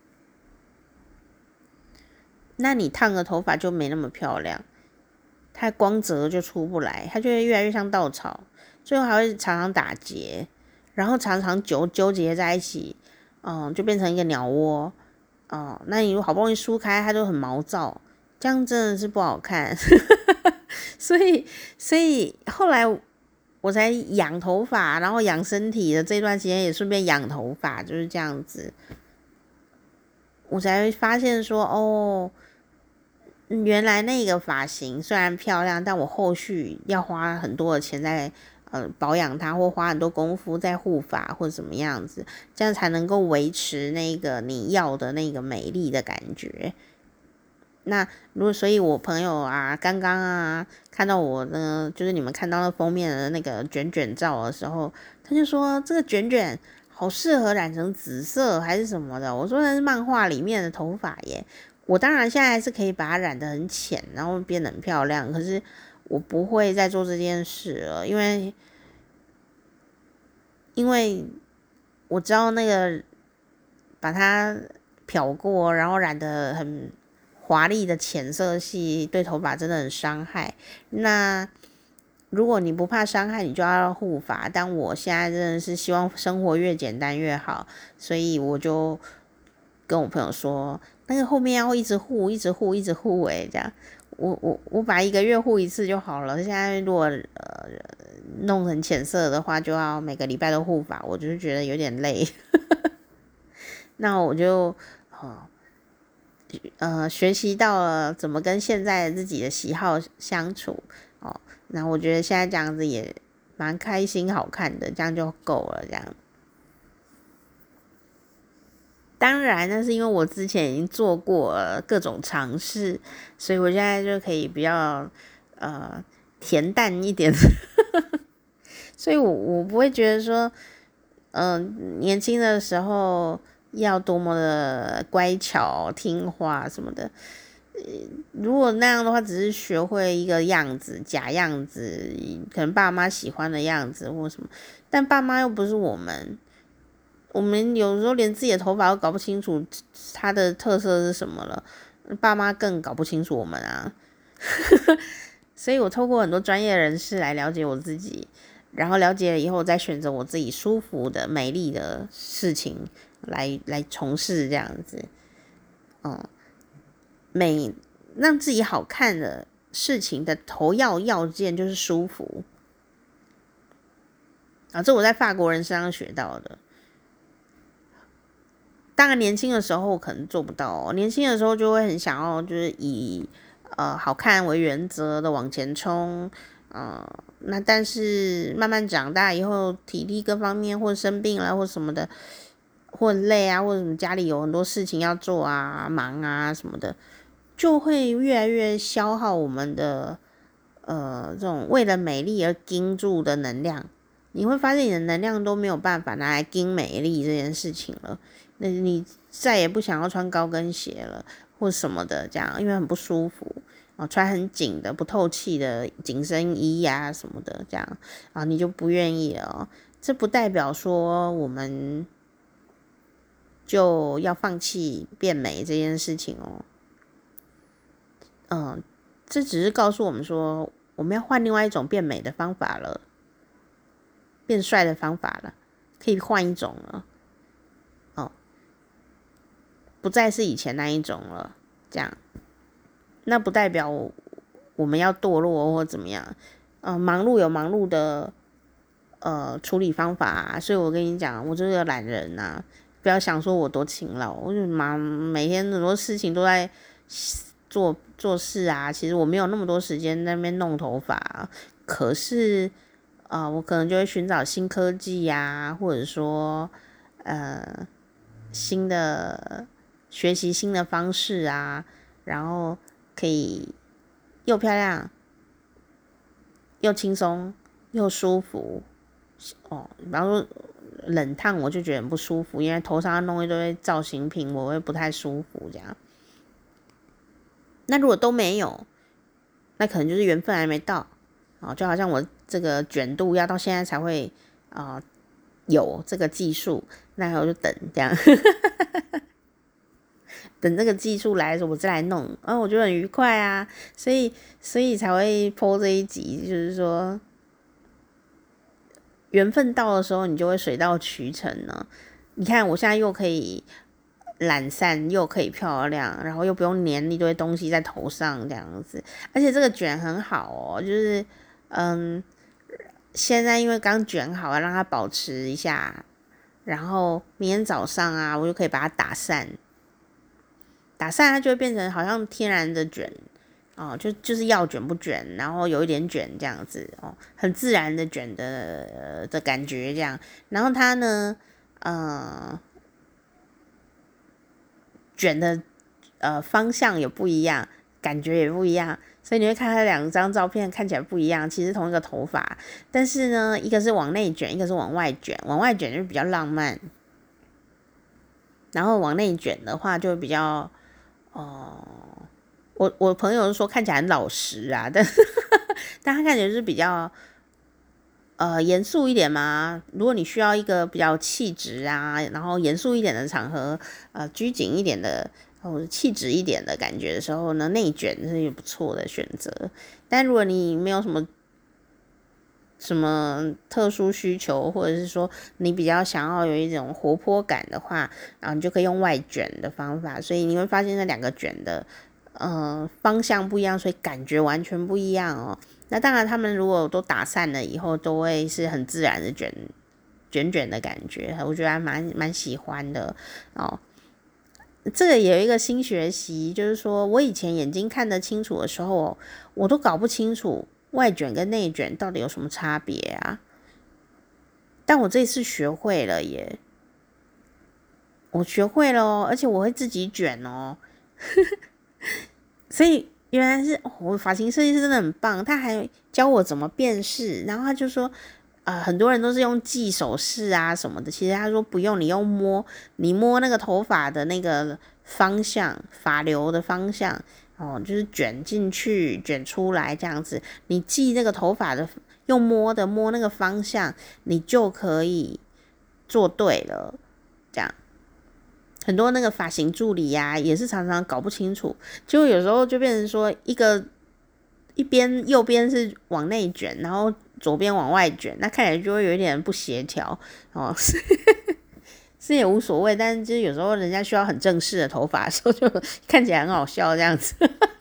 那你烫的头发就没那么漂亮，它光泽就出不来，它就会越来越像稻草，最后还会常常打结，然后常常纠结在一起，就变成一个鸟窝，那你好不容易梳开，它就很毛躁，这样真的是不好看。所以后来我才养头发，然后养身体的这段时间也顺便养头发，就是这样子，我才发现说原来那个发型虽然漂亮，但我后续要花很多的钱在保养它，或花很多功夫在护发或者怎么样子，这样才能够维持那个你要的那个美丽的感觉。那所以我朋友刚刚看到我呢，就是你们看到那封面的那个卷卷照的时候，他就说这个卷卷好适合染成紫色还是什么的。我说那是漫画里面的头发耶。我当然现在还是可以把它染得很浅，然后变得很漂亮，可是我不会再做这件事了，因为我知道那个把它漂过，然后染得很华丽的浅色系，对头发真的很伤害。那如果你不怕伤害，你就要护发。但我现在真的是希望生活越简单越好，所以我就跟我朋友说，那个后面要一直护，一直护，一直护这样。我把1个月护一次就好了。现在如果弄成浅色的话，就要每个礼拜都护发，我就是觉得有点累。那我就学习到了怎么跟现在自己的喜好相处哦。那我觉得现在这样子也蛮开心好看的，这样就够了这样。当然那是因为我之前已经做过各种尝试，所以我现在就可以比较恬淡一点。所以我不会觉得说年轻的时候要多么的乖巧听话什么的。如果那样的话，只是学会一个样子，假样子，可能爸妈喜欢的样子或什么，但爸妈又不是我们，我们有时候连自己的头发都搞不清楚它的特色是什么了，爸妈更搞不清楚我们啊。所以我透过很多专业人士来了解我自己，然后了解了以后再选择我自己舒服的美丽的事情来从事这样子。美让自己好看的事情的头要件就是舒服啊，这我在法国人身上学到的。当然年轻的时候可能做不到哦，年轻的时候就会很想要就是以好看为原则的往前冲，那但是慢慢长大以后，体力各方面或生病了或什么的，或累啊，或者什么家里有很多事情要做啊，忙啊什么的，就会越来越消耗我们的这种为了美丽而盯住的能量。你会发现你的能量都没有办法拿来盯美丽这件事情了，那你再也不想要穿高跟鞋了或什么的，这样因为很不舒服穿很紧的不透气的紧身衣呀什么的，这样你就不愿意了这不代表说我们就要放弃变美这件事情这只是告诉我们说，我们要换另外一种变美的方法了，变帅的方法了，可以换一种了，不再是以前那一种了。这样，那不代表我们要堕落或怎么样。忙碌有忙碌的处理方法啊，所以我跟你讲，我就是个懒人啊，不要想说我多勤劳，我就忙，每天很多事情都在做事啊。其实我没有那么多时间在那边弄头发可是我可能就会寻找新科技呀，或者说新的学习新的方式啊，然后可以又漂亮又轻松又舒服比方说冷烫我就觉得很不舒服，因为头上要弄一堆造型品，我会不太舒服这样。那如果都没有，那可能就是缘分还没到就好像我这个卷度要到现在才会有这个技术，那我就等这样。等这个技术来的时候我再来弄我觉得很愉快啊，所以才会 po 这一集，就是说缘分到的时候你就会水到渠成呢。你看我现在又可以懒散又可以漂亮，然后又不用粘一堆东西在头上这样子，而且这个卷很好就是现在因为刚卷好了，让它保持一下，然后明天早上我就可以把它打散，它就会变成好像天然的卷就是要卷不卷，然后有一点卷这样子很自然的卷的感觉这样。然后它呢卷的方向也不一样，感觉也不一样，所以你会看它2张照片看起来不一样，其实同一个头发，但是呢一个是往内卷，一个是往外卷，往外卷就比较浪漫，然后往内卷的话就比较我朋友说看起来很老实啊，但他看起来就是比较严肃一点嘛。如果你需要一个比较气质啊，然后严肃一点的场合，拘谨一点的或者气质一点的感觉的时候呢，内卷是一个不错的选择。但如果你没有什么特殊需求，或者是说你比较想要有一种活泼感的话，然后你就可以用外卷的方法。所以你会发现那两个卷的方向不一样，所以感觉完全不一样哦。那当然他们如果都打散了以后，都会是很自然的卷的感觉，我觉得还蛮喜欢的哦。这个也有一个新学习，就是说我以前眼睛看得清楚的时候，我都搞不清楚外卷跟内卷到底有什么差别啊。但我这次学会了耶，我学会了哦，而且我会自己卷哦。所以原来是我发型设计师真的很棒，他还教我怎么辨识，然后他就说很多人都是用记手势啊什么的，其实他说不用，你摸那个头发的那个方向，发流的方向哦，就是卷进去卷出来这样子，你记那个头发的用摸那个方向，你就可以做对了，这样。很多那个发型助理呀、也是常常搞不清楚，就有时候就变成说一边右边是往内卷，然后左边往外卷，那看起来就会有一点不协调哦。是也无所谓，但是就是有时候人家需要很正式的头发的时候，就看起来很好笑这样子。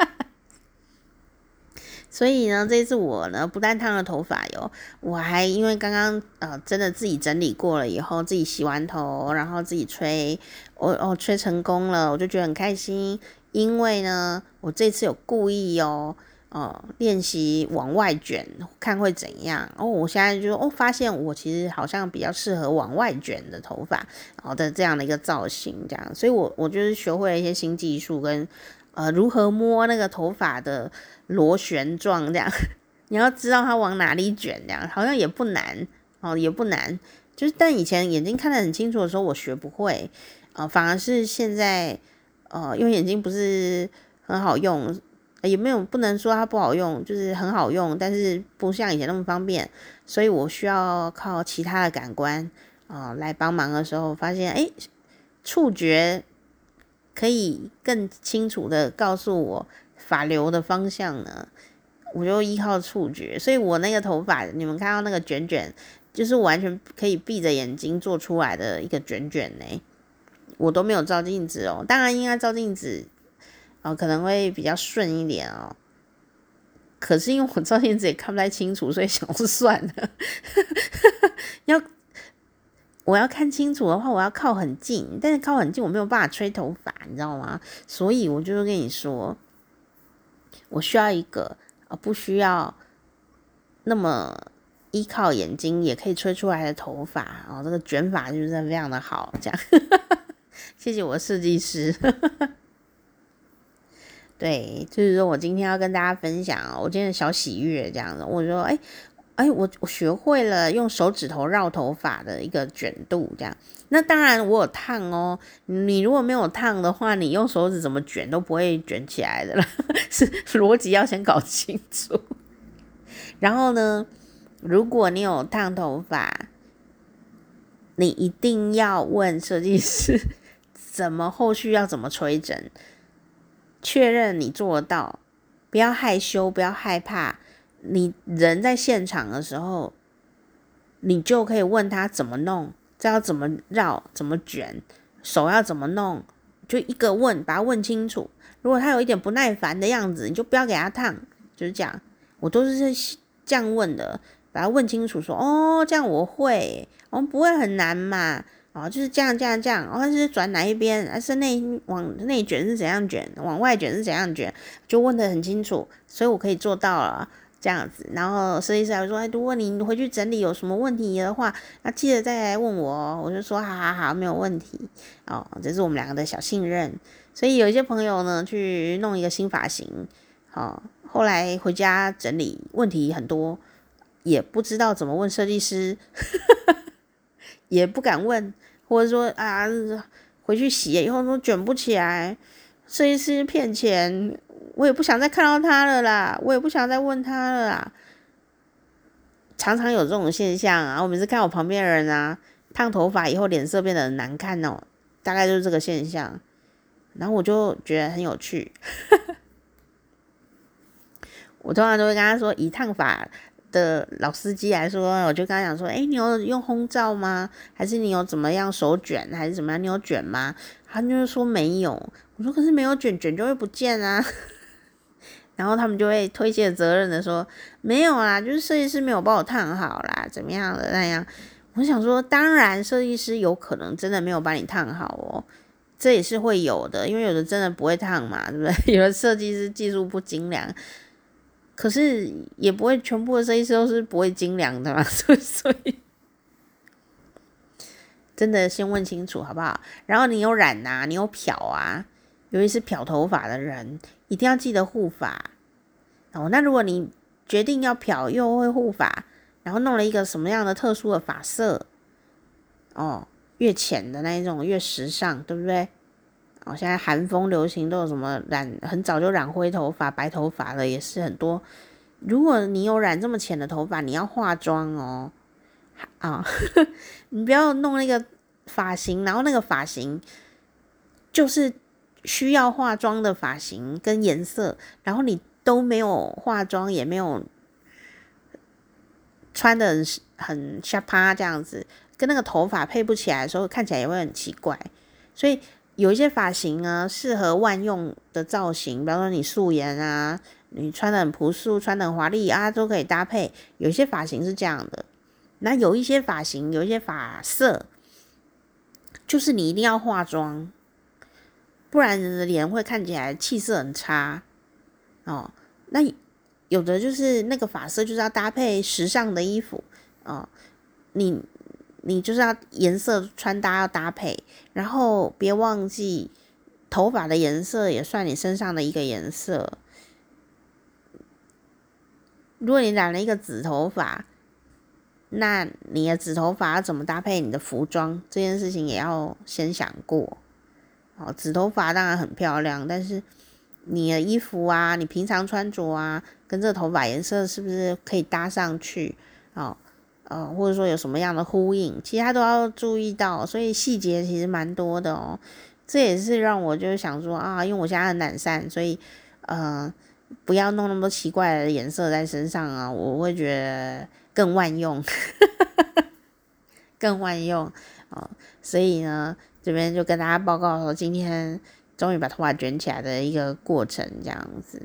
所以呢，这一次我呢不但烫了头发哟，我还因为刚刚真的自己整理过了以后，自己洗完头，然后自己吹，吹成功了，我就觉得很开心。因为呢，我这次有故意练习往外卷，看会怎样。我现在就发现我其实好像比较适合往外卷的头发，的这样的一个造型，这样，所以我就是学会了一些新技术跟如何摸那个头发的螺旋状这样，你要知道它往哪里卷，这样好像也不难也不难。就是但以前眼睛看得很清楚的时候，我学不会反而是现在因为眼睛不是很好用，也没有不能说它不好用，就是很好用，但是不像以前那么方便，所以我需要靠其他的感官来帮忙的时候，发现触觉可以更清楚的告诉我发流的方向呢，我就依靠触觉，所以我那个头发你们看到那个卷卷，就是完全可以闭着眼睛做出来的一个卷卷呢，我都没有照镜子哦，当然应该照镜子可能会比较顺一点哦。可是因为我照镜子也看不太清楚，所以想说算了，我要看清楚的话，我要靠很近，但是靠很近我没有办法吹头发，你知道吗？所以我就跟你说，我需要一个不需要那么依靠眼睛也可以吹出来的头发这个卷法就是非常的好，这样。谢谢我的设计师。对，就是说我今天要跟大家分享我今天的小喜悦这样子。我说我学会了用手指头绕头发的一个卷度，这样。那当然我有烫哦，你如果没有烫的话，你用手指怎么卷都不会卷起来的啦，是逻辑要先搞清楚。然后呢，如果你有烫头发，你一定要问设计师后续要怎么吹整，确认你做得到，不要害羞，不要害怕。你人在现场的时候，你就可以问他怎么弄，这要怎么绕，怎么卷，手要怎么弄，就一个问，把他问清楚。如果他有一点不耐烦的样子，你就不要给他烫，就是这样。我都是这样问的，把他问清楚说，这样我会，不会很难嘛，就是这样，是转哪一边，是往内卷是怎样卷，往外卷是怎样卷，就问得很清楚，所以我可以做到了。这样子，然后设计师还说，如果你回去整理有什么问题的话，那记得再来问我哦。我就说，好，没有问题这是我们两个的小信任。所以有一些朋友呢，去弄一个新发型，后来回家整理问题很多，也不知道怎么问设计师，也不敢问，或者说回去洗以后说卷不起来，设计师骗钱。我也不想再看到他了啦，我也不想再问他了啦。 常常有这种现象啊。我每次看我旁边的人啊，烫头发以后脸色变得很难看哦，大概就是这个现象。然后我就觉得很有趣。我通常都会跟他说，以烫发的老司机来说，我就跟他讲说，你有用烘罩吗？还是你有怎么样手卷，还是怎么样？你有卷吗？他就是说没有。我说可是没有卷，卷就会不见啊。然后他们就会推卸责任的说，没有啦，就是设计师没有帮我烫好啦，怎么样的那样。我想说，当然设计师有可能真的没有帮你烫好哦，这也是会有的，因为有的真的不会烫嘛，对不对？有的设计师技术不精良。可是也不会全部的设计师都是不会精良的嘛，所以真的先问清楚好不好？然后你有染啊，你有漂啊，尤其是漂头发的人，一定要记得护发哦。那如果你决定要漂又会护发，然后弄了一个什么样的特殊的发色哦，越浅的那一种越时尚，对不对？哦，现在韩风流行都有什么染，很早就染灰头发、白头发了，也是很多。如果你有染这么浅的头发，你要化妆哦，啊，你不要弄那个发型，然后那个发型就是需要化妆的发型跟颜色，然后你都没有化妆，也没有穿的很下趴这样子，跟那个头发配不起来的时候，看起来也会很奇怪，所以。有一些发型呢，适合万用的造型，比方说你素颜啊，你穿的很朴素，穿的很华丽啊，都可以搭配。有一些发型是这样的，那有一些发型，有一些发色，就是你一定要化妆，不然你的脸会看起来气色很差哦。那有的就是那个发色就是要搭配时尚的衣服哦，你就是要颜色穿搭要搭配，然后别忘记头发的颜色也算你身上的一个颜色。如果你染了一个紫头发，那你的紫头发要怎么搭配你的服装，这件事情也要先想过。哦，紫头发当然很漂亮，但是你的衣服啊，你平常穿着啊，跟这个头发颜色是不是可以搭上去？哦。或者说有什么样的呼应，其他都要注意到，所以细节其实蛮多的哦。这也是让我就想说啊，因为我现在很懒散，所以不要弄那么多奇怪的颜色在身上啊，我会觉得更万用，更万用哦。所以呢，这边就跟大家报告说，今天终于把头发卷起来的一个过程，这样子，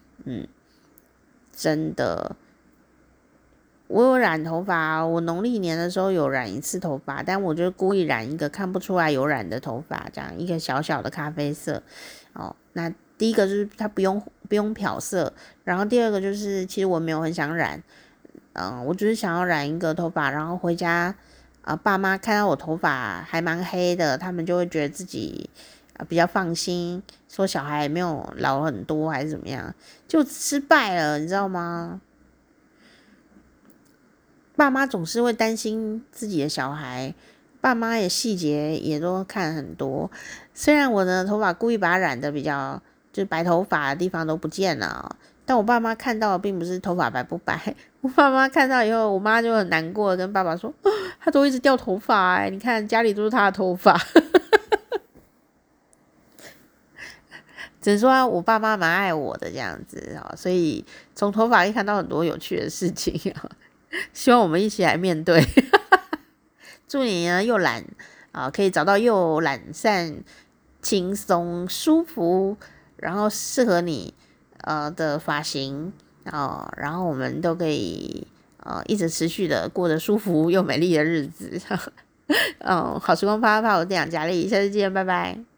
真的。我有染头发，我农历年的时候有染一次头发，但我就故意染一个看不出来有染的头发，这样一个小小的咖啡色。哦，那第一个就是它不用漂色，然后第二个就是其实我没有很想染，我只是想要染一个头发，然后回家爸妈看到我头发还蛮黑的，他们就会觉得自己比较放心，说小孩没有老很多还是怎么样，就失败了，你知道吗？爸妈总是会担心自己的小孩，爸妈的细节也都看很多。虽然我的头发故意把它染的比较，就是白头发的地方都不见了，但我爸妈看到的并不是头发白不白。我爸妈看到以后，我妈就很难过，跟爸爸说：他都一直掉头发你看家里都是他的头发。只能说我爸妈蛮爱我的这样子所以从头发可以看到很多有趣的事情希望我们一起来面对。祝你呢又懒可以找到又懒散、轻松、舒服，然后适合你的发型然后我们都可以一直持续的过着舒服又美丽的日子。好时光啪啪啪，我是店长佳丽，下次见，拜拜。